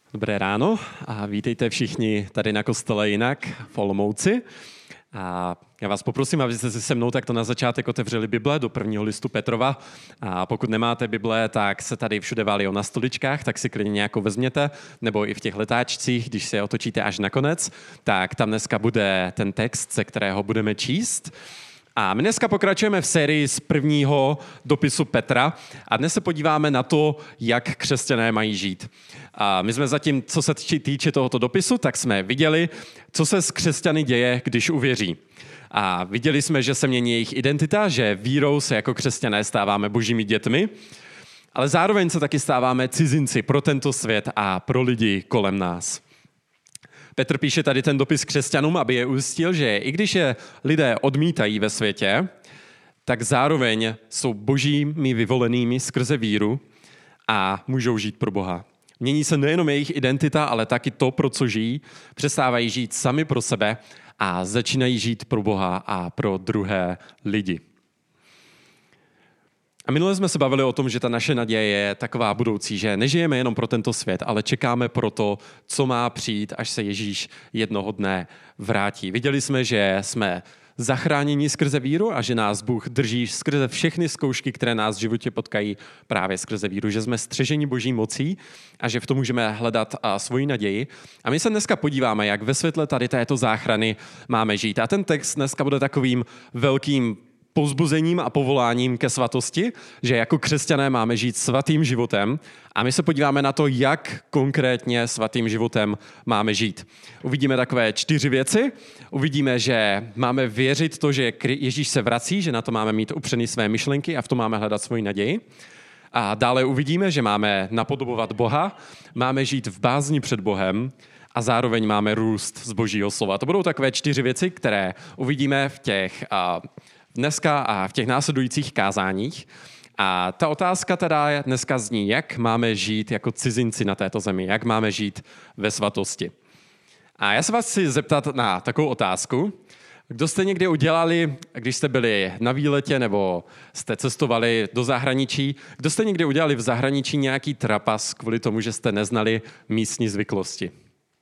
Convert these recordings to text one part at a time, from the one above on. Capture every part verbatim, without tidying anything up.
Dobré ráno a vítejte všichni tady na kostele Jinak v Olomouci. A já vás poprosím, abyste si se mnou takto na začátek otevřeli Bible do prvního listu Petrova. A pokud nemáte Bible, tak se tady všude válí na stoličkách, tak si klidně nějakou vezměte, nebo i v těch letáčcích, když se otočíte až na konec, tak tam dneska bude ten text, ze kterého budeme číst. A my dneska pokračujeme v sérii z prvního dopisu Petra a dnes se podíváme na to, jak křesťané mají žít. A my jsme zatím, co se týče tohoto dopisu, tak jsme viděli, co se s křesťany děje, když uvěří. A viděli jsme, že se mění jejich identita, že vírou se jako křesťané stáváme božími dětmi, ale zároveň se taky stáváme cizinci pro tento svět a pro lidi kolem nás. Petr píše tady ten dopis křesťanům, aby je ujistil, že i když je lidé odmítají ve světě, tak zároveň jsou božími vyvolenými skrze víru a můžou žít pro Boha. Mění se nejenom jejich identita, ale taky to, pro co žijí. Přestávají žít sami pro sebe a začínají žít pro Boha a pro druhé lidi. A minule jsme se bavili o tom, že ta naše naděje je taková budoucí, že nežijeme jenom pro tento svět, ale čekáme pro to, co má přijít, až se Ježíš jednoho dne vrátí. Viděli jsme, že jsme zachráněni skrze víru a že nás Bůh drží skrze všechny zkoušky, které nás v životě potkají právě skrze víru, že jsme střeženi boží mocí a že v tom můžeme hledat svoji naději. A my se dneska podíváme, jak ve světle tady této záchrany máme žít. A ten text dneska bude takovým velkým povzbuzením a povoláním ke svatosti, že jako křesťané máme žít svatým životem a my se podíváme na to, jak konkrétně svatým životem máme žít. Uvidíme takové čtyři věci. Uvidíme, že máme věřit to, že Ježíš se vrací, že na to máme mít upřený své myšlenky a v tom máme hledat svoji naději. A dále uvidíme, že máme napodobovat Boha, máme žít v bázni před Bohem a zároveň máme růst z božího slova. To budou takové čtyři věci, které uvidíme v těch a, dneska a v těch následujících kázáních. A ta otázka teda dneska zní, jak máme žít jako cizinci na této zemi, jak máme žít ve svatosti. A já se vás chci zeptat na takovou otázku. Kdo jste někdy udělali, když jste byli na výletě nebo jste cestovali do zahraničí, kdo jste někdy udělali v zahraničí nějaký trapas kvůli tomu, že jste neznali místní zvyklosti?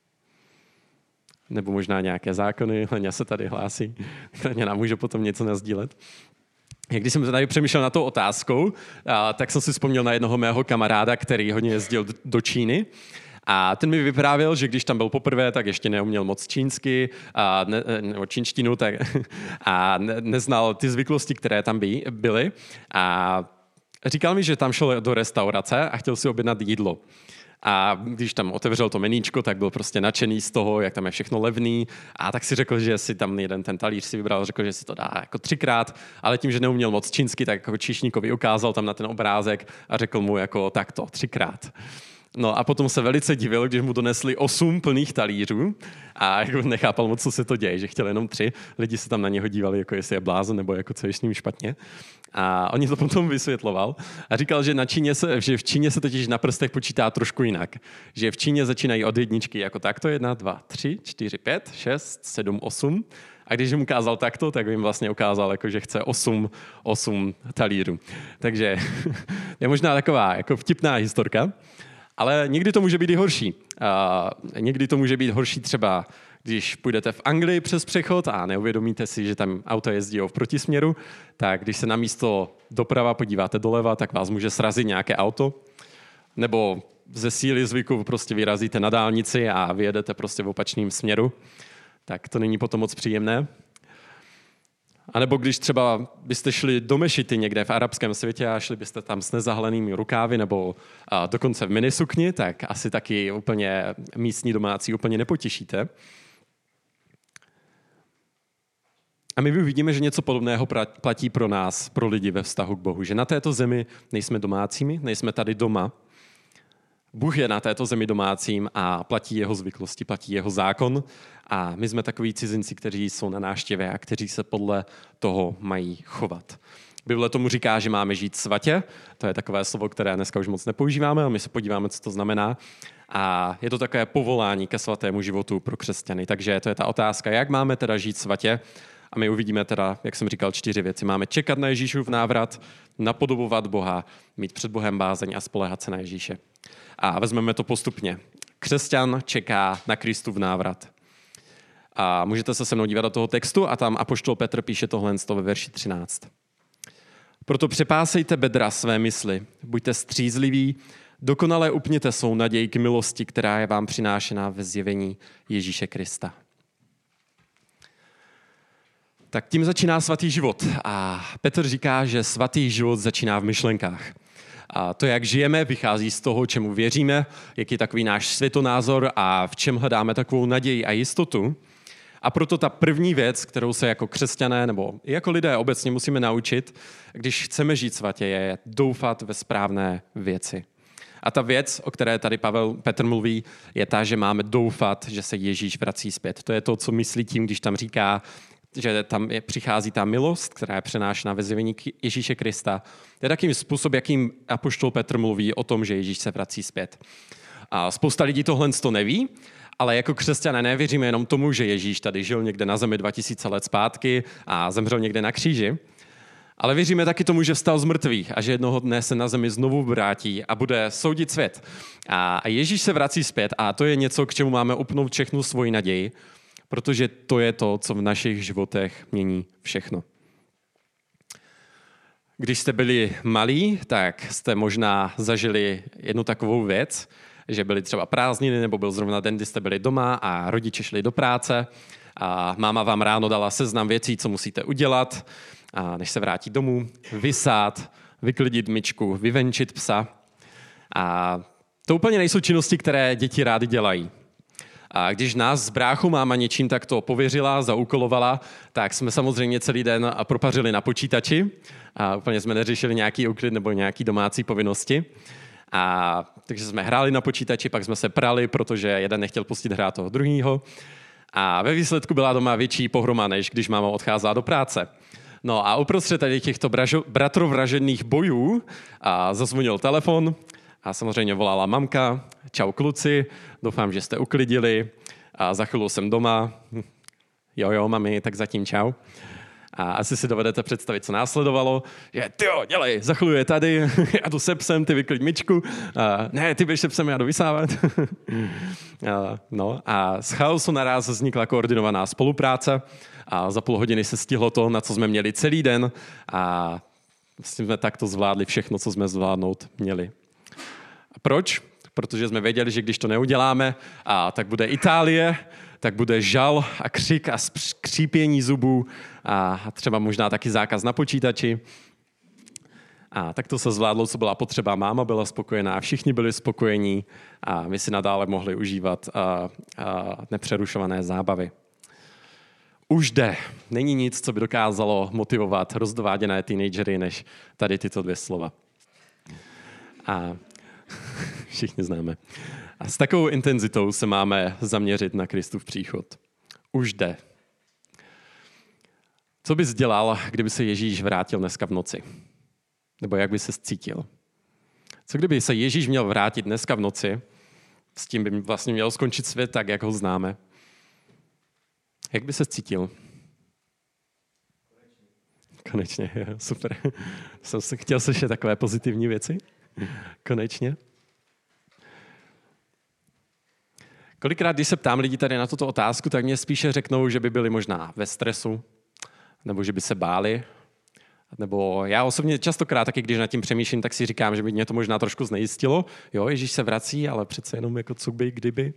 Nebo možná nějaké zákony, Leňa se tady hlásí, Leňa nám může potom něco nasdílet. Když jsem tady přemýšlel na tou otázkou, tak jsem si vzpomněl na jednoho mého kamaráda, který hodně jezdil do Číny. A ten mi vyprávěl, že když tam byl poprvé, tak ještě neuměl moc čínsky, a ne, nebo čínštinu, tak, a ne, neznal ty zvyklosti, které tam by, byly. A říkal mi, že tam šel do restaurace a chtěl si objednat jídlo. A když tam otevřel to meníčko, tak byl prostě nadšený z toho, jak tam je všechno levný. A tak si řekl, že si tam jeden ten talíř si vybral, řekl, že si to dá jako třikrát, ale tím, že neuměl moc čínsky, tak jako číšníkovi ukázal tam na ten obrázek a řekl mu jako takto, třikrát. No a potom se velice divil, když mu donesli osm plných talířů a jako nechápal moc, co se to děje, že chtěl jenom tři. Lidi se tam na něho dívali, jako jestli je blázen, nebo jako co je s ním špatně. A oni to potom vysvětloval a říkal, že, na Číně se, že v Číně se totiž na prstech počítá trošku jinak. Že v Číně začínají od jedničky jako takto, jedna, dva, tři, čtyři, pět, šest, sedm, osm. A když jim ukázal takto, tak jim vlastně ukázal, jako, že chce osm, osm talířů. Takže je možná taková jako vtipná historka. Ale někdy to může být i horší. A někdy to může být horší třeba, když půjdete v Anglii přes přechod a neuvědomíte si, že tam auto jezdí v protisměru, tak když se na místo doprava podíváte doleva, tak vás může srazit nějaké auto. Nebo ze síly zvyku prostě vyrazíte na dálnici a vyjedete prostě v opačném směru. Tak to není potom moc příjemné. A nebo když třeba byste šli do mešity někde v arabském světě a šli byste tam s nezahalenými rukávy nebo a dokonce v minisukni, tak asi taky úplně místní domácí úplně nepotěšíte. A my vidíme, že něco podobného platí pro nás, pro lidi ve vztahu k Bohu. Že na této zemi nejsme domácími, nejsme tady doma. Bůh je na této zemi domácím a platí jeho zvyklosti, platí jeho zákon a my jsme takoví cizinci, kteří jsou na návštěvě a kteří se podle toho mají chovat. Bible tomu říká, že máme žít svatě, to je takové slovo, které dneska už moc nepoužíváme, ale my se podíváme, co to znamená. A je to takové povolání ke svatému životu pro křesťany. Takže to je ta otázka, jak máme teda žít svatě. A my uvidíme teda, jak jsem říkal, čtyři věci. Máme čekat na Ježíšův návrat, napodobovat Boha, mít před Bohem bázeň a spoléhat se na Ježíše. A vezmeme to postupně. křesťan čeká na Kristův návrat. A můžete se se mnou dívat do toho textu a tam apoštol Petr píše tohle ve verši třináct. Proto přepásejte bedra své mysli, buďte střízliví, dokonale upněte svou naději k milosti, která je vám přinášena ve zjevení Ježíše Krista. Tak tím začíná svatý život. A Petr říká, že svatý život začíná v myšlenkách. A to, jak žijeme, vychází z toho, čemu věříme, jaký je takový náš světonázor a v čem hledáme takovou naději a jistotu. A proto ta první věc, kterou se jako křesťané nebo i jako lidé obecně musíme naučit, když chceme žít svatě, je doufat ve správné věci. A ta věc, o které tady Pavel Petr mluví, je ta, že máme doufat, že se Ježíš vrací zpět. To je to, co myslí tím, když tam říká, že tam je, přichází ta milost, která je přenášena ve zjevení Ježíše Krista. To je takým způsob, jakým apoštol Petr mluví o tom, že Ježíš se vrací zpět. A spousta lidí tohle to neví, ale jako křesťané nevěříme jenom tomu, že Ježíš tady žil někde na zemi dva tisíce let zpátky a zemřel někde na kříži, ale věříme taky tomu, že vstal z mrtvých a že jednoho dne se na zemi znovu vrátí a bude soudit svět. A Ježíš se vrací zpět a to je něco, k čemu máme upnout všechnu svoji naději, protože to je to, co v našich životech mění všechno. Když jste byli malí, tak jste možná zažili jednu takovou věc, že byly třeba prázdniny, nebo byl zrovna den, kdy jste byli doma a rodiče šli do práce a máma vám ráno dala seznam věcí, co musíte udělat, a než se vrátí domů, vysát, vyklidit myčku, vyvenčit psa. A to úplně nejsou činnosti, které děti rády dělají. A když nás s bráchou máma něčím takto pověřila, zaúkolovala, tak jsme samozřejmě celý den propařili na počítači a úplně jsme neřešili nějaký úklid nebo nějaký domácí povinnosti. A takže jsme hráli na počítači, pak jsme se prali, protože jeden nechtěl pustit hrát toho druhýho. A ve výsledku byla doma větší pohroma, než když máma odcházela do práce. No a uprostřed tady těchto bražo, bratrovražených bojů a zazvonil telefon a samozřejmě volala mamka. Čau kluci, doufám, že jste uklidili. A za chvíli jsem doma. Jo, jo, mami, tak zatím čau. A asi si dovedete představit, co následovalo, že tyjo, dělej, za chvíli je tady, já jdu se psem, ty vyklid myčku, a, ne, ty běž se psem, já jdu vysávat. a, no, a z chaosu naraz vznikla koordinovaná spolupráce a za půl hodiny se stihlo to, na co jsme měli celý den a vlastně jsme takto zvládli všechno, co jsme zvládnout měli. A proč? Protože jsme věděli, že když to neuděláme, a tak bude Itálie, tak bude žal a křik a skřípění zubů a třeba možná taky zákaz na počítači. A tak to se zvládlo, co byla potřeba. Máma byla spokojená, všichni byli spokojení a my si nadále mohli užívat a, a nepřerušované zábavy. Už jde. Není nic, co by dokázalo motivovat rozdováděné teenagery, než tady tyto dvě slova. A všichni známe. A s takovou intenzitou se máme zaměřit na Kristův příchod. Už jde. Co bys dělal, kdyby se Ježíš vrátil dneska v noci? Nebo jak by se cítil? Co kdyby se Ježíš měl vrátit dneska v noci? S tím by vlastně měl skončit svět tak, jak ho známe. Jak by se cítil? Konečně, jo, super. Jsem chtěl slyšet takové pozitivní věci. Konečně. Kolikrát, když se ptám lidí tady na tuto otázku, tak mě spíše řeknou, že by byli možná ve stresu, nebo že by se báli. Nebo já osobně častokrát taky, když nad tím přemýšlím, tak si říkám, že by mě to možná trošku znejistilo. Jo, Ježíš se vrací, ale přece jenom jako co by, kdyby.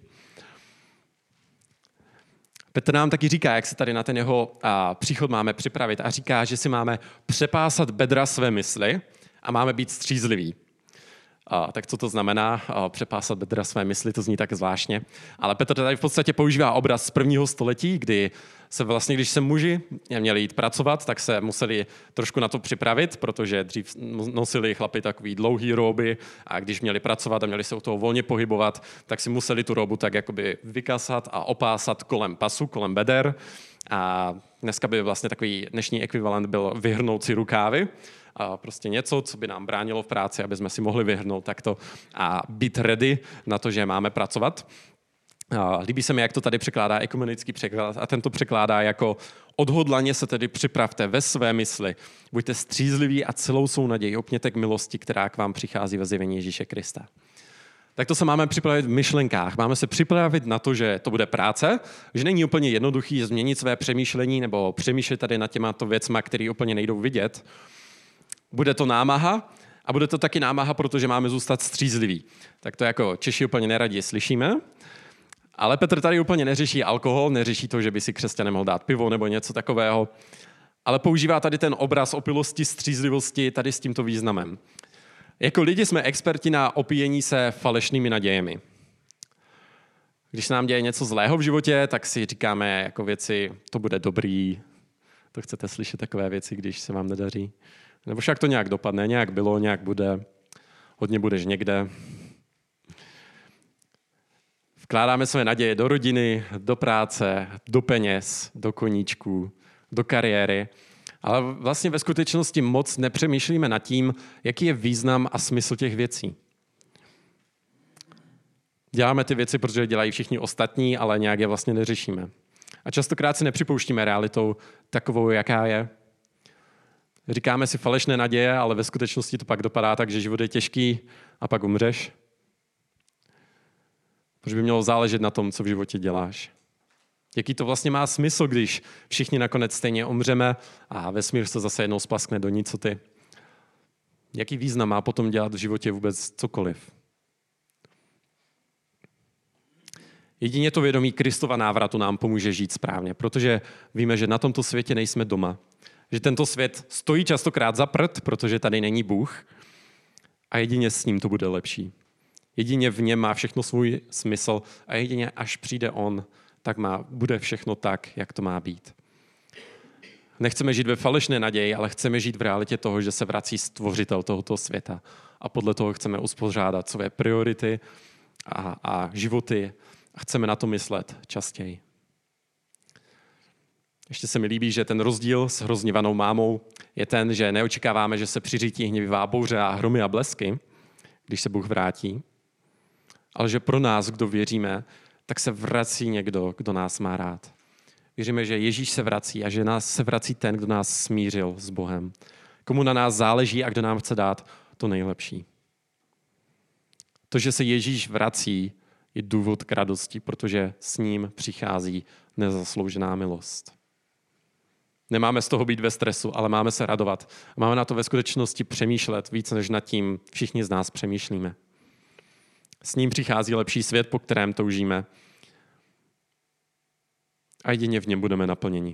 Petr nám taky říká, jak se tady na ten jeho a, příchod máme připravit a říká, že si máme přepásat bedra své mysli a máme být střízliví. A, tak co to znamená? A, přepásat bedra své mysli, to zní tak zvláštně. Ale Petr tady v podstatě používá obraz z prvního století, kdy se vlastně, když se muži měli jít pracovat, tak se museli trošku na to připravit, protože dřív nosili chlapi takový dlouhý róby a když měli pracovat a měli se u toho volně pohybovat, tak si museli tu róbu tak jakoby vykasat a opásat kolem pasu, kolem beder. A dneska by vlastně takový dnešní ekvivalent byl vyhrnout si rukávy. A prostě něco, co by nám bránilo v práci, aby jsme si mohli vyhrnout takto a být ready na to, že máme pracovat. A líbí se mi, jak to tady překládá ekumenický překlad a tento překládá jako odhodlaně se tedy připravte ve své mysli. Buďte střízliví a celou svou naději opněte k milosti, která k vám přichází ve zjevení Ježíše Krista. tak to se máme připravit v myšlenkách. Máme se připravit na to, že to bude práce, že není úplně jednoduchý změnit své přemýšlení nebo přemýšlet tady nad těmato věcma, které úplně nejdou vidět. Bude to námaha a bude to taky námaha, protože máme zůstat střízliví. Tak to jako Češi úplně neradi slyšíme. Ale Petr tady úplně neřeší alkohol, neřeší to, že by si křesťan nemohl dát pivo nebo něco takového, ale používá tady ten obraz opilosti, střízlivosti tady s tímto významem. Jako lidi jsme experti na opíjení se falešnými nadějemi. Když se nám děje něco zlého v životě, tak si říkáme jako věci, to bude dobrý. To chcete slyšet takové věci, když se vám nedaří. Nebo však to nějak dopadne, nějak bylo, nějak bude. Hodně budeš někde. Vkládáme své naděje do rodiny, do práce, do peněz, do koníčků, do kariéry. Ale vlastně ve skutečnosti moc nepřemýšlíme nad tím, jaký je význam a smysl těch věcí. Děláme ty věci, protože dělají všichni ostatní, ale nějak je vlastně neřešíme. A častokrát si nepřipouštíme realitou takovou, jaká je. Říkáme si falešné naděje, ale ve skutečnosti to pak dopadá tak, že život je těžký a pak umřeš. Proč by mělo záležet na tom, co v životě děláš? Jaký to vlastně má smysl, když všichni nakonec stejně umřeme a vesmír se zase jednou splaskne do nicoty? Jaký význam má potom dělat v životě vůbec cokoliv? Jedině to vědomí Kristova návratu nám pomůže žít správně, protože víme, že na tomto světě nejsme doma. Že tento svět stojí častokrát za prd, protože tady není Bůh a jedině s ním to bude lepší. Jedině v něm má všechno svůj smysl a jedině až přijde on, tak má, bude všechno tak, jak to má být. Nechceme žít ve falešné naději, ale chceme žít v realitě toho, že se vrací stvořitel tohoto světa. A podle toho chceme uspořádat své priority a, a životy a chceme na to myslet častěji. Ještě se mi líbí, že ten rozdíl s hroznivanou mámou je ten, že neočekáváme, že se přiřítí hněvivá bouře a hromy a blesky, když se Bůh vrátí, ale že pro nás, kdo věříme, tak se vrací někdo, kdo nás má rád. Věříme, že Ježíš se vrací a že nás se vrací ten, kdo nás smířil s Bohem. Komu na nás záleží a kdo nám chce dát to nejlepší. To, že se Ježíš vrací, je důvod k radosti, protože s ním přichází nezasloužená milost. Nemáme z toho být ve stresu, ale máme se radovat. Máme na to ve skutečnosti přemýšlet víc, než nad tím všichni z nás přemýšlíme. S ním přichází lepší svět, po kterém toužíme. A jedině v něm budeme naplněni.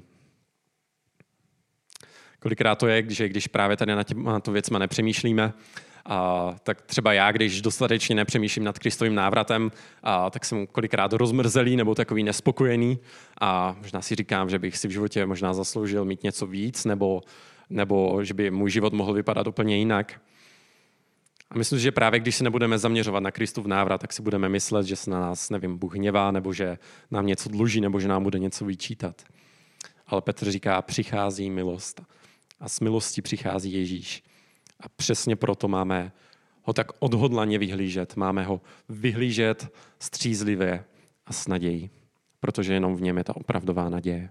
Kolikrát to je, že když právě tady na to věcma nepřemýšlíme, a tak třeba já, když dostatečně nepřemýšlím nad Kristovým návratem, a tak jsem kolikrát rozmrzelý nebo takový nespokojený a možná si říkám, že bych si v životě možná zasloužil mít něco víc nebo, nebo že by můj život mohl vypadat úplně jinak. A myslím, že právě když se nebudeme zaměřovat na Kristův návrat, tak si budeme myslet, že se na nás, nevím, Bůh hněvá, nebo že nám něco dluží, nebo že nám bude něco vyčítat. Ale Petr říká, přichází milost. A s milostí přichází Ježíš. A přesně proto máme ho tak odhodlaně vyhlížet. Máme ho vyhlížet střízlivě a s nadějí. Protože jenom v něm je ta opravdová naděje.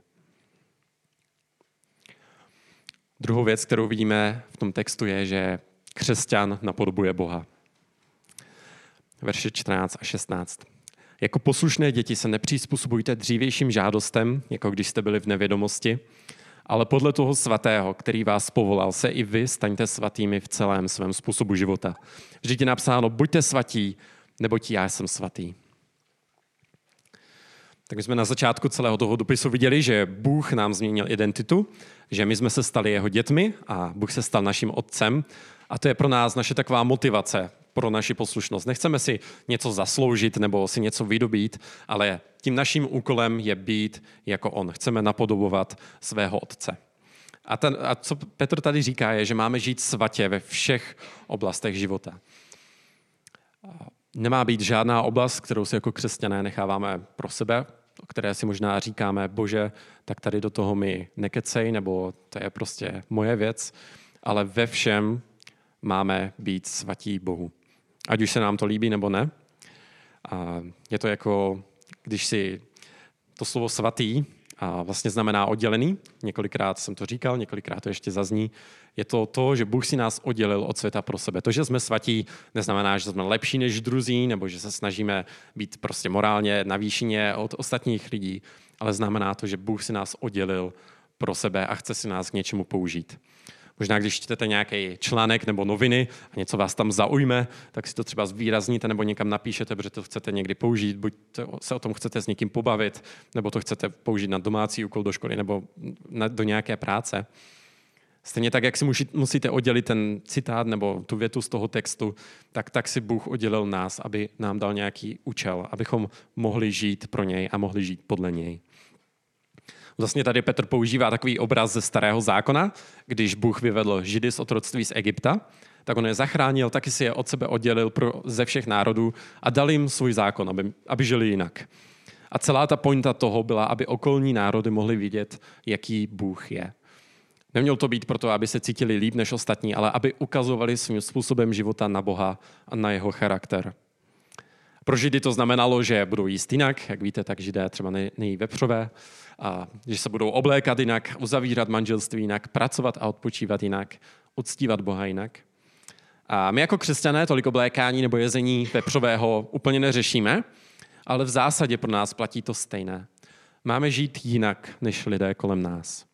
Druhou věc, kterou vidíme v tom textu, je, že křesťan napodobuje Boha. Verše čtrnáct a šestnáct. Jako poslušné děti se nepřizpůsobujte dřívějším žádostem, jako když jste byli v nevědomosti, ale podle toho svatého, který vás povolal, se i vy staňte svatými v celém svém způsobu života. Vždyť je napsáno, buďte svatí, neboť já jsem svatý. Tak my jsme na začátku celého toho dopisu viděli, že Bůh nám změnil identitu, že my jsme se stali jeho dětmi a Bůh se stal naším otcem. A to je pro nás naše taková motivace pro naši poslušnost. Nechceme si něco zasloužit nebo si něco vydobít, ale tím naším úkolem je být jako on. Chceme napodobovat svého otce. A, ten, a co Petr tady říká, je, že máme žít svatě ve všech oblastech života. Nemá být žádná oblast, kterou si jako křesťané necháváme pro sebe, o které si možná říkáme, bože, tak tady do toho mi nekecej, nebo to je prostě moje věc, ale ve všem máme být svatí Bohu. Ať už se nám to líbí, nebo ne. A je to jako, když si to slovo svatý a vlastně znamená oddělený. Několikrát jsem to říkal, několikrát to ještě zazní. Je to to, že Bůh si nás oddělil od světa pro sebe. To, že jsme svatí, neznamená, že jsme lepší než druzí, nebo že se snažíme být prostě morálně na výšině od ostatních lidí, ale znamená to, že Bůh si nás oddělil pro sebe a chce si nás k něčemu použít. Možná, když čtete nějaký článek nebo noviny a něco vás tam zaujme, tak si to třeba zvýrazníte nebo někam napíšete, protože to chcete někdy použít, buď se o tom chcete s někým pobavit, nebo to chcete použít na domácí úkol do školy nebo na, do nějaké práce. Stejně tak, jak si musíte oddělit ten citát nebo tu větu z toho textu, tak, tak si Bůh oddělil nás, aby nám dal nějaký účel, abychom mohli žít pro něj a mohli žít podle něj. Vlastně tady Petr používá takový obraz ze Starého zákona, když Bůh vyvedl Židy z otroctví z Egypta, tak on je zachránil, taky si je od sebe oddělil pro, ze všech národů a dal jim svůj zákon, aby, aby žili jinak. A celá ta pointa toho byla, aby okolní národy mohly vidět, jaký Bůh je. Nemělo to být proto, aby se cítili líp než ostatní, ale aby ukazovali svým způsobem života na Boha a na jeho charakter. Pro Židy to znamenalo, že budou jíst jinak, jak víte, tak Židé třeba nejí vepřové, a že se budou oblékat jinak, uzavírat manželství jinak, pracovat a odpočívat jinak, uctívat Boha jinak. A my jako křesťané tolik oblékání nebo jezení vepřového úplně neřešíme, ale v zásadě pro nás platí to stejné. Máme žít jinak než lidé kolem nás.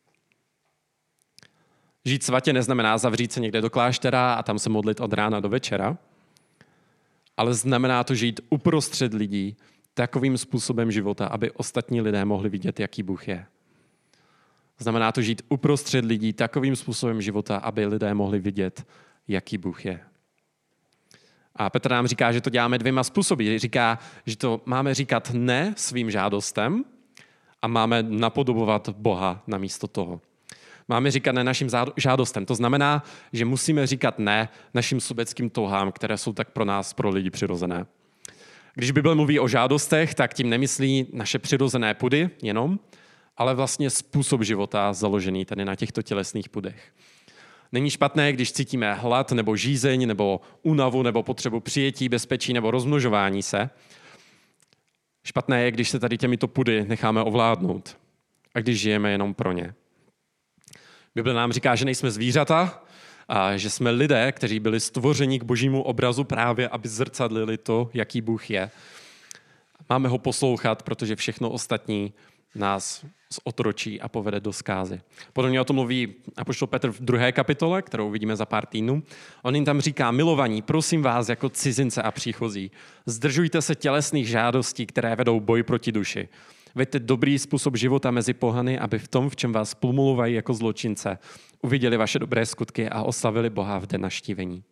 Žít svatě neznamená zavřít se někde do kláštera a tam se modlit od rána do večera, ale znamená to žít uprostřed lidí takovým způsobem života, aby ostatní lidé mohli vidět, jaký Bůh je. Znamená to žít uprostřed lidí takovým způsobem života, aby lidé mohli vidět, jaký Bůh je. A Petr nám říká, že to děláme dvěma způsoby. Říká, že to máme říkat ne svým žádostem a máme napodobovat Boha namísto toho. Máme říkat ne našim žádostem. To znamená, že musíme říkat ne našim sobeckým touhám, které jsou tak pro nás, pro lidi přirozené. Když Bible mluví o žádostech, tak tím nemyslí naše přirozené pudy jenom, ale vlastně způsob života založený tady na těchto tělesných pudech. Není špatné, když cítíme hlad nebo žízeň nebo únavu nebo potřebu přijetí, bezpečí nebo rozmnožování se. Špatné je, když se tady těmito pudy necháme ovládnout a když žijeme jenom pro ně. Bible nám říká, že nejsme zvířata a že jsme lidé, kteří byli stvořeni k božímu obrazu právě, aby zrcadlili to, jaký Bůh je. Máme ho poslouchat, protože všechno ostatní nás zotročí a povede do zkázy. Podobně o tom mluví apoštol Petr v druhé kapitole, kterou vidíme za pár týdnů. On jim tam říká: milovaní, prosím vás jako cizince a příchozí, zdržujte se tělesných žádostí, které vedou boj proti duši. Veďte dobrý způsob života mezi pohany, aby v tom, v čem vás pomluvají jako zločince, uviděli vaše dobré skutky a oslavili Boha v den navštívení.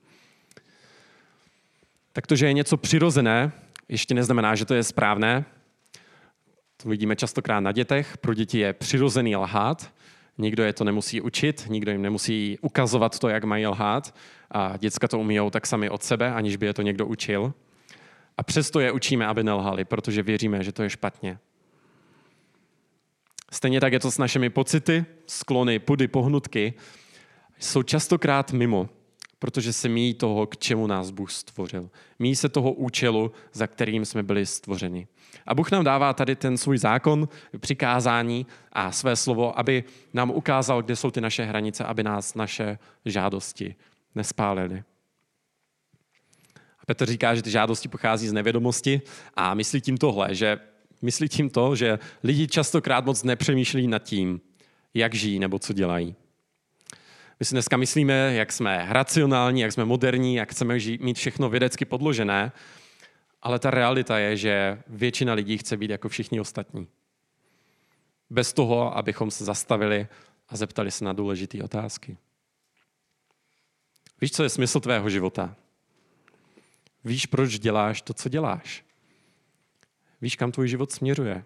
Tak to, že je něco přirozené, ještě neznamená, že to je správné. To vidíme častokrát na dětech. Pro děti je přirozený lhát. Nikdo je to nemusí učit, nikdo jim nemusí ukazovat to, jak mají lhát. A děcka to umíjou tak sami od sebe, aniž by je to někdo učil. A přesto je učíme, aby nelhali, protože věříme, že to je špatně. Stejně tak je to s našimi pocity, sklony, pudy, pohnutky. Jsou častokrát mimo, protože se míjí toho, k čemu nás Bůh stvořil. Míjí se toho účelu, za kterým jsme byli stvořeni. A Bůh nám dává tady ten svůj zákon, přikázání a své slovo, aby nám ukázal, kde jsou ty naše hranice, aby nás naše žádosti nespálily. A Petr říká, že ty žádosti pochází z nevědomosti a myslí tím tohle, že myslí tím to, že lidi častokrát moc nepřemýšlí nad tím, jak žijí nebo co dělají. My si dneska myslíme, jak jsme racionální, jak jsme moderní, jak chceme žít, mít všechno vědecky podložené, ale ta realita je, že většina lidí chce být jako všichni ostatní. Bez toho, abychom se zastavili a zeptali se na důležité otázky. Víš, co je smysl tvého života? Víš, proč děláš to, co děláš? Víš, kam tvůj život směřuje?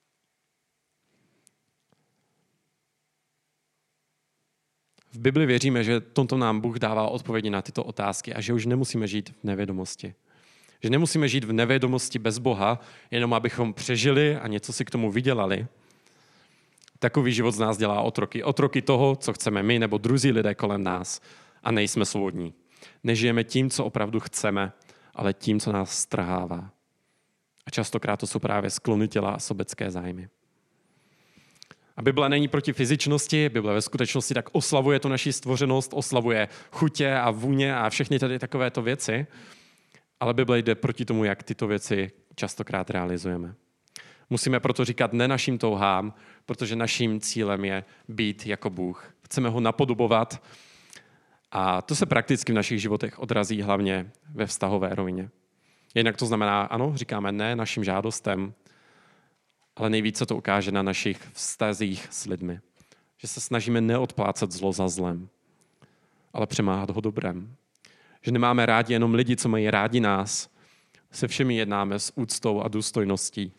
V Bibli věříme, že tomto nám Bůh dává odpovědi na tyto otázky a že už nemusíme žít v nevědomosti. Že nemusíme žít v nevědomosti bez Boha, jenom abychom přežili a něco si k tomu vydělali. Takový život z nás dělá otroky. Otroky toho, co chceme my nebo druzí lidé kolem nás. A nejsme svobodní. Nežijeme tím, co opravdu chceme, ale tím, co nás strhává. A častokrát to jsou právě sklony těla a sobecké zájmy. A Bible není proti fyzičnosti, Bible ve skutečnosti tak oslavuje tu naši stvořenost, oslavuje chutě a vůně a všechny tady takovéto věci, ale Bible jde proti tomu, jak tyto věci častokrát realizujeme. Musíme proto říkat ne našim touhám, protože naším cílem je být jako Bůh. Chceme ho napodobovat a to se prakticky v našich životech odrazí hlavně ve vztahové rovině. Jinak to znamená, ano, říkáme ne našim žádostem, ale nejvíce to ukáže na našich vztazích s lidmi. Že se snažíme neodplácet zlo za zlem, ale přemáhat ho dobrem. Že nemáme rádi jenom lidi, co mají rádi nás. Se všemi jednáme s úctou a důstojností.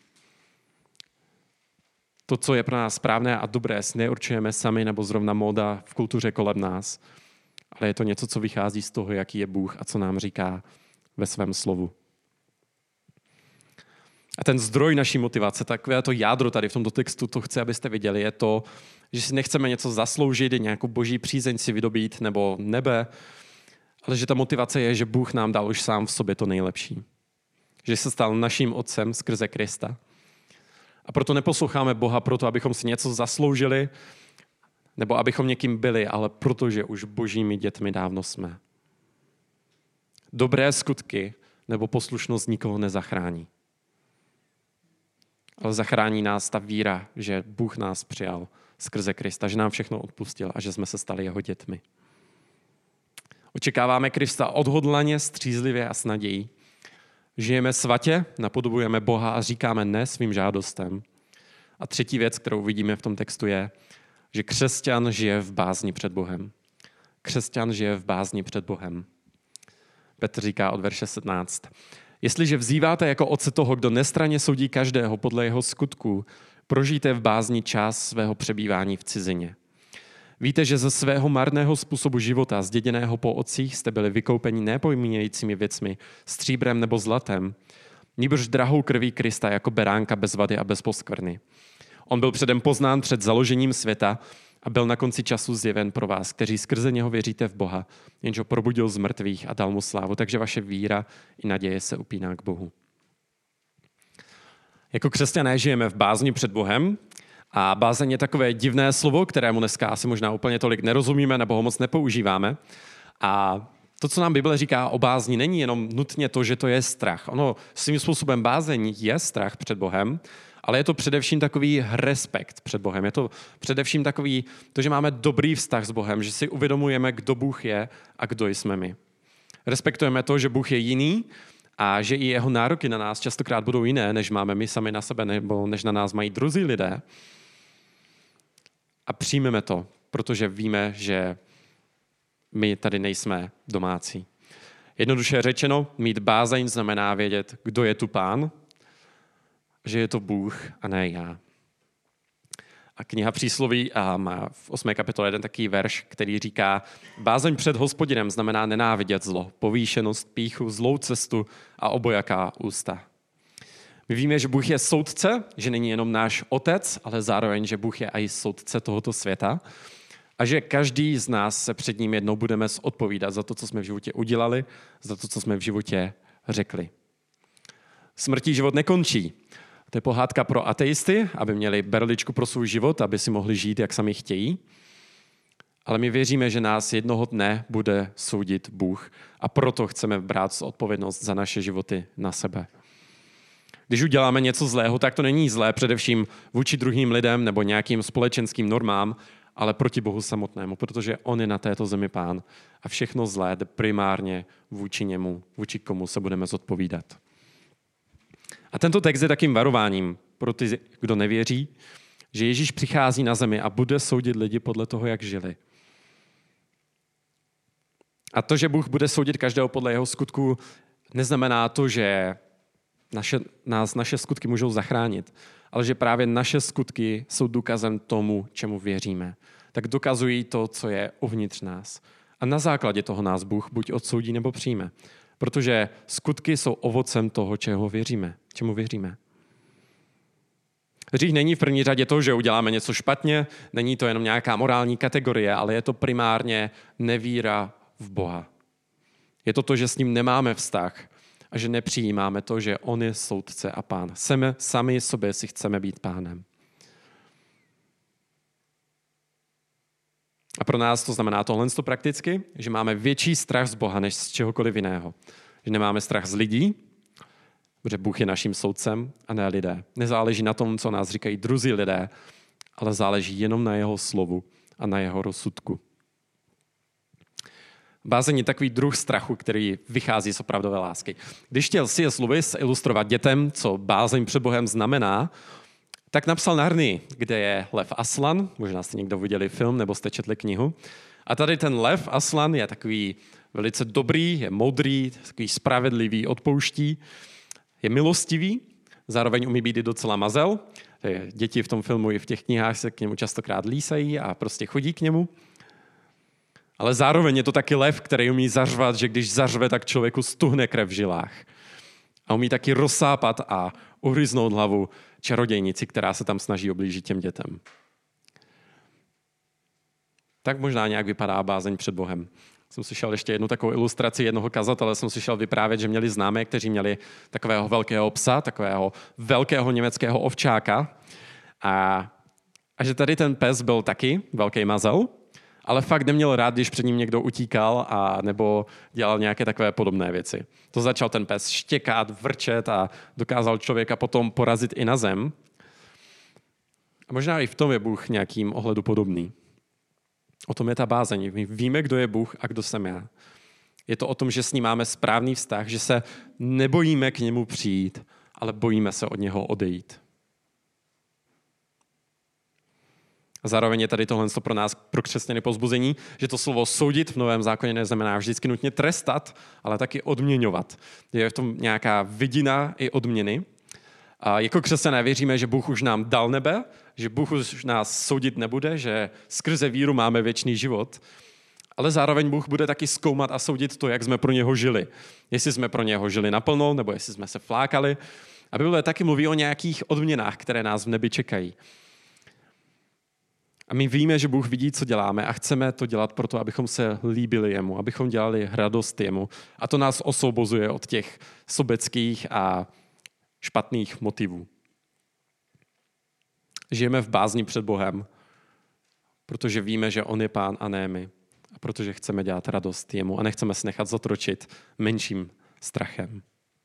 To, co je pro nás správné a dobré, si neurčujeme sami nebo zrovna móda v kultuře kolem nás, ale je to něco, co vychází z toho, jaký je Bůh a co nám říká ve svém slovu. A ten zdroj naší motivace, takové to jádro tady v tomto textu, to chci, abyste viděli, je to, že si nechceme něco zasloužit, nějakou boží přízeň si vydobít nebo nebe, ale že ta motivace je, že Bůh nám dal už sám v sobě to nejlepší. Že se stal naším otcem skrze Krista. A proto neposloucháme Boha proto, abychom si něco zasloužili, nebo abychom někým byli, ale protože už božími dětmi dávno jsme. Dobré skutky nebo poslušnost nikoho nezachrání. Ale zachrání nás ta víra, že Bůh nás přijal skrze Krista, že nám všechno odpustil a že jsme se stali jeho dětmi. Očekáváme Krista odhodlaně, střízlivě a s nadějí. Žijeme svatě, napodobujeme Boha a říkáme ne svým žádostem. A třetí věc, kterou vidíme v tom textu je, že křesťan žije v bázni před Bohem. Křesťan žije v bázni před Bohem. Petr říká od verše sedmnáct. Jestliže vzýváte jako otce toho, kdo nestranně soudí každého podle jeho skutků, prožijte v bázni čas svého přebývání v cizině. Víte, že ze svého marného způsobu života, zděděného po otcích, jste byli vykoupeni nepomíjejícími věcmi, stříbrem nebo zlatem, nýbrž drahou krví Krista jako beránka bez vady a bez poskvrny. On byl předem poznán před založením světa a byl na konci času zjeven pro vás, kteří skrze něho věříte v Boha, jenž ho probudil z mrtvých a dal mu slávu, takže vaše víra i naděje se upíná k Bohu. Jako křesťané žijeme v bázni před Bohem a bázeň je takové divné slovo, kterému dneska asi možná úplně tolik nerozumíme nebo ho moc nepoužíváme. A to, co nám Bible říká o bázni, není jenom nutně to, že to je strach. Ono svým způsobem bázeň je strach před Bohem, ale je to především takový respekt před Bohem. Je to především takový, to, že máme dobrý vztah s Bohem, že si uvědomujeme, kdo Bůh je a kdo jsme my. Respektujeme to, že Bůh je jiný a že i jeho nároky na nás častokrát budou jiné, než máme my sami na sebe, nebo než na nás mají druzí lidé. A přijmeme to, protože víme, že my tady nejsme domácí. Jednoduše řečeno, mít bázeň znamená vědět, kdo je tu Pán, že je to Bůh a ne já. A kniha Přísloví má v osmé kapitole jeden takový verš, který říká, bázeň před Hospodinem znamená nenávidět zlo, povýšenost, pýchu, zlou cestu a obojaká ústa. My víme, že Bůh je soudce, že není jenom náš otec, ale zároveň, že Bůh je i soudce tohoto světa a že každý z nás se před ním jednou budeme odpovídat za to, co jsme v životě udělali, za to, co jsme v životě řekli. Smrtí život nekončí. To je pohádka pro ateisty, aby měli berličku pro svůj život, aby si mohli žít, jak sami chtějí. Ale my věříme, že nás jednoho dne bude soudit Bůh a proto chceme brát odpovědnost za naše životy na sebe. Když uděláme něco zlého, tak to není zlé především vůči druhým lidem nebo nějakým společenským normám, ale proti Bohu samotnému, protože on je na této zemi Pán a všechno zlé jde primárně vůči němu, vůči komu se budeme zodpovídat. A tento text je takým varováním pro ty, kdo nevěří, že Ježíš přichází na zemi a bude soudit lidi podle toho, jak žili. A to, že Bůh bude soudit každého podle jeho skutků, neznamená to, že naše, nás naše skutky můžou zachránit, ale že právě naše skutky jsou důkazem tomu, čemu věříme. Tak dokazují to, co je uvnitř nás. A na základě toho nás Bůh buď odsoudí, nebo přijme. Protože skutky jsou ovocem toho, čeho věříme, čemu věříme. Hřích není v první řadě to, že uděláme něco špatně, není to jenom nějaká morální kategorie, ale je to primárně nevíra v Boha. Je to to, že s ním nemáme vztah a že nepřijímáme to, že on je soudce a pán. Seme, sami sobě si chceme být pánem. A pro nás to znamená tohle prakticky, že máme větší strach z Boha než z čehokoliv jiného. Že nemáme strach z lidí, protože Bůh je naším soudcem a ne lidé. Nezáleží na tom, co nás říkají druzí lidé, ale záleží jenom na jeho slovu a na jeho rozsudku. Bázeň je takový druh strachu, který vychází z opravdové lásky. Když chtěl C S. Lewis ilustrovat dětem, co bázeň před Bohem znamená, tak napsal Narnii, kde je lev Aslan, možná jste někdo viděli film nebo jste četli knihu. A tady ten lev Aslan je takový velice dobrý, je modrý, takový spravedlivý, odpouští, je milostivý, zároveň umí být i docela mazel. Děti v tom filmu i v těch knihách se k němu častokrát lísají a prostě chodí k němu. Ale zároveň je to taky lev, který umí zařvat, že když zařve, tak člověku stuhne krev v žilách. A umí taky rozsápat a uhryznout hlavu čarodějnici, která se tam snaží oblížit těm dětem. Tak možná nějak vypadá bázeň před Bohem. Jsem slyšel ještě jednu takovou ilustraci jednoho kazatele, jsem slyšel vyprávět, že měli známé, kteří měli takového velkého psa, takového velkého německého ovčáka. A, a že tady ten pes byl taky velký mazel, ale fakt neměl rád, když před ním někdo utíkal a nebo dělal nějaké takové podobné věci. To začal ten pes štěkat, vrčet a dokázal člověka potom porazit i na zem. A možná i v tom je Bůh nějakým ohledu podobný. O tom je ta bázeň. My víme, kdo je Bůh a kdo jsem já. Je to o tom, že s ním máme správný vztah, že se nebojíme k němu přijít, ale bojíme se od něho odejít. A zároveň je tady tohle pro nás, pro křesťany povzbuzení, že to slovo soudit v Novém zákoně neznamená vždycky nutně trestat, ale taky odměňovat. Je v tom nějaká vidina i odměny. A jako křesťané věříme, že Bůh už nám dal nebe, že Bůh už nás soudit nebude, že skrze víru máme věčný život, ale zároveň Bůh bude taky zkoumat a soudit to, jak jsme pro něho žili. Jestli jsme pro něho žili naplno, nebo jestli jsme se flákali. A Bible taky mluví o nějakých odměnách, které nás v nebi čekají. A my víme, že Bůh vidí, co děláme a chceme to dělat proto, abychom se líbili jemu, abychom dělali radost jemu. A to nás osvobozuje od těch sobeckých a špatných motivů. Žijeme v bázni před Bohem, protože víme, že on je pán a ne my. A protože chceme dělat radost jemu a nechceme se nechat zotročit menším strachem.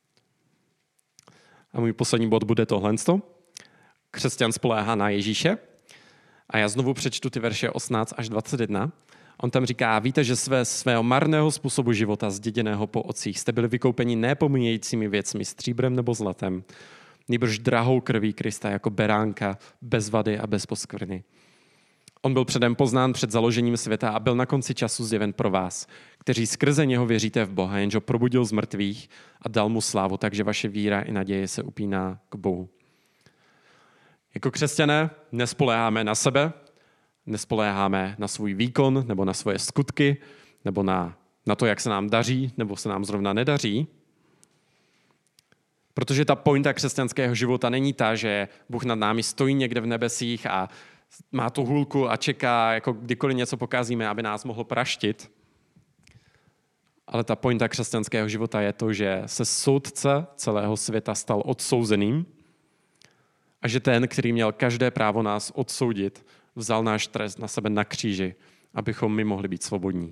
A můj poslední bod bude tohle. Křesťan spoléhá na Ježíše. A já znovu přečtu ty verše osmnáct až dvacet jedna. On tam říká, víte, že své, svého marného způsobu života zděděného po otcích jste byli vykoupeni nepomíjejícími věcmi, stříbrem nebo zlatem, nýbrž drahou krví Krista jako beránka, bez vady a bez poskvrny. On byl předem poznán před založením světa a byl na konci času zjeven pro vás, kteří skrze něho věříte v Boha, jenže ho probudil z mrtvých a dal mu slávu, takže vaše víra i naděje se upíná k Bohu. Jako křesťané nespoléháme na sebe, nespoléháme na svůj výkon nebo na svoje skutky, nebo na, na to, jak se nám daří, nebo se nám zrovna nedaří. Protože ta pointa křesťanského života není ta, že Bůh nad námi stojí někde v nebesích a má tu hůlku a čeká, jako kdykoliv něco pokazíme, aby nás mohl praštit. Ale ta pointa křesťanského života je to, že se soudce celého světa stal odsouzeným a že ten, který měl každé právo nás odsoudit, vzal náš trest na sebe na kříži, abychom my mohli být svobodní.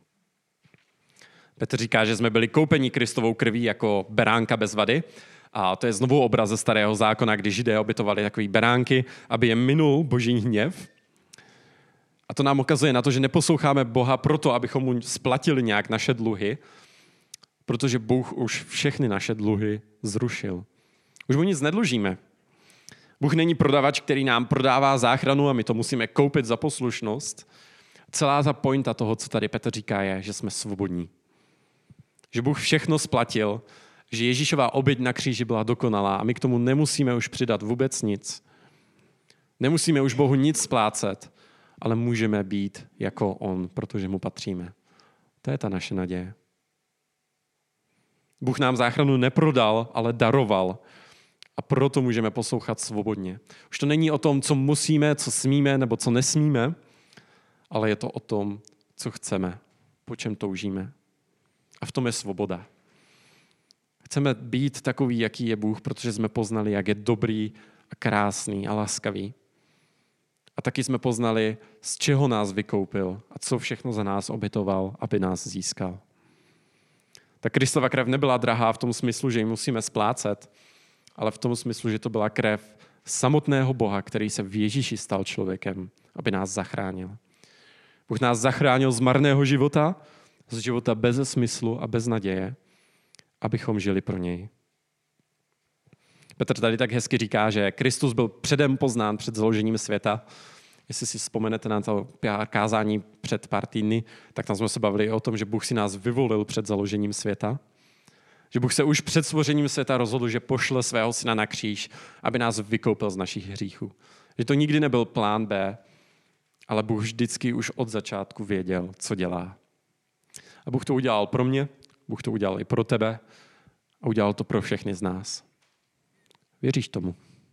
Petr říká, že jsme byli koupeni Kristovou krví jako beránka bez vady. A to je znovu obraz ze starého zákona, kdy Židé obětovali takový beránky, aby je minul boží hněv. A to nám ukazuje na to, že neposloucháme Boha proto, abychom mu splatili nějak naše dluhy, protože Bůh už všechny naše dluhy zrušil. Už mu nic nedlužíme. Bůh není prodavač, který nám prodává záchranu a my to musíme koupit za poslušnost. Celá ta pointa toho, co tady Petr říká, je, že jsme svobodní. Že Bůh všechno splatil, že Ježíšova oběť na kříži byla dokonalá a my k tomu nemusíme už přidat vůbec nic. Nemusíme už Bohu nic splácet, ale můžeme být jako on, protože mu patříme. To je ta naše naděje. Bůh nám záchranu neprodal, ale daroval. A proto můžeme poslouchat svobodně. Už to není o tom, co musíme, co smíme nebo co nesmíme, ale je to o tom, co chceme, po čem toužíme. A v tom je svoboda. Chceme být takový, jaký je Bůh, protože jsme poznali, jak je dobrý a krásný a laskavý. A taky jsme poznali, z čeho nás vykoupil a co všechno za nás obětoval, aby nás získal. Ta Kristova krev nebyla drahá v tom smyslu, že ji musíme splácet, ale v tom smyslu, že to byla krev samotného Boha, který se v Ježíši stal člověkem, aby nás zachránil. Bůh nás zachránil z marného života, z života bez smyslu a bez naděje, abychom žili pro něj. Petr tady tak hezky říká, že Kristus byl předem poznán před založením světa. Jestli si vzpomenete na to kázání před pár týdny, tak tam jsme se bavili o tom, že Bůh si nás vyvolil před založením světa. Že Bůh se už před stvořením světa rozhodl, že pošle svého syna na kříž, aby nás vykoupil z našich hříchů. Že to nikdy nebyl plán B, ale Bůh vždycky už od začátku věděl, co dělá. A Bůh to udělal pro mě, Bůh to udělal i pro tebe a udělal to pro všechny z nás. Věříš tomu?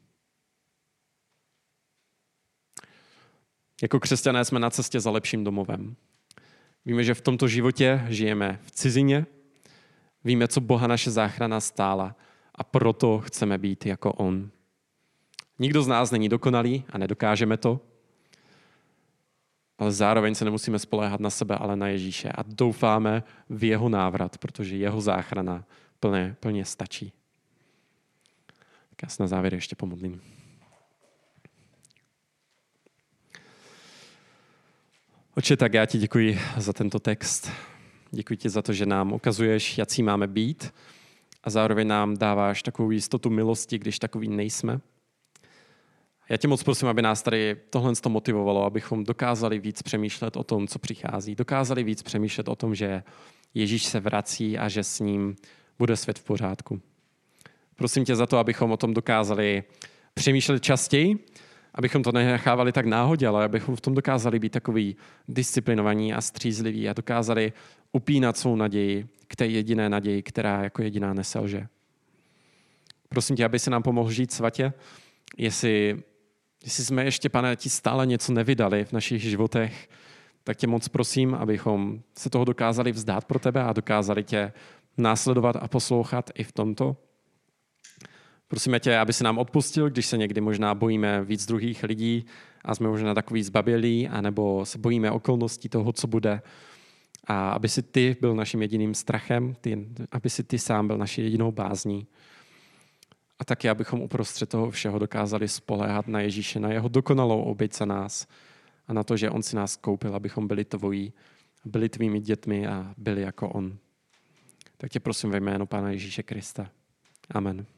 Jako křesťané jsme na cestě za lepším domovem. Víme, že v tomto životě žijeme v cizině, víme, co Boha naše záchrana stála a proto chceme být jako on. Nikdo z nás není dokonalý a nedokážeme to, ale zároveň se nemusíme spoléhat na sebe, ale na Ježíše a doufáme v jeho návrat, protože jeho záchrana plně, plně stačí. Tak já se na závěr ještě pomodlím. Otče, tak já ti děkuji za tento text. Děkuji ti za to, že nám ukazuješ, jací máme být a zároveň nám dáváš takovou jistotu milosti, když takový nejsme. Já tě moc prosím, aby nás tady tohle motivovalo, abychom dokázali víc přemýšlet o tom, co přichází. Dokázali víc přemýšlet o tom, že Ježíš se vrací a že s ním bude svět v pořádku. Prosím tě za to, abychom o tom dokázali přemýšlet častěji, abychom to nenechávali tak náhodě, ale abychom v tom dokázali být takový disciplinovaní a střízliví a dokázali upínat svou naději k té jediné naději, která jako jediná neselže. Prosím tě, aby si nám pomohl žít svatě, jestli, jestli jsme ještě, Pane, ti stále něco nevydali v našich životech, tak tě moc prosím, abychom se toho dokázali vzdát pro tebe a dokázali tě následovat a poslouchat i v tomto. Prosíme tě, aby se nám odpustil, když se někdy možná bojíme víc druhých lidí a jsme možná takový zbabělí, anebo se bojíme okolností toho, co bude. A aby si ty byl naším jediným strachem, ty, aby si ty sám byl naší jedinou bázní. A taky, abychom uprostřed toho všeho dokázali spoléhat na Ježíše, na jeho dokonalou oběť za nás a na to, že on si nás koupil, abychom byli tvojí, byli tvými dětmi a byli jako on. Tak tě prosím ve jménu Pána Ježíše Krista. Amen.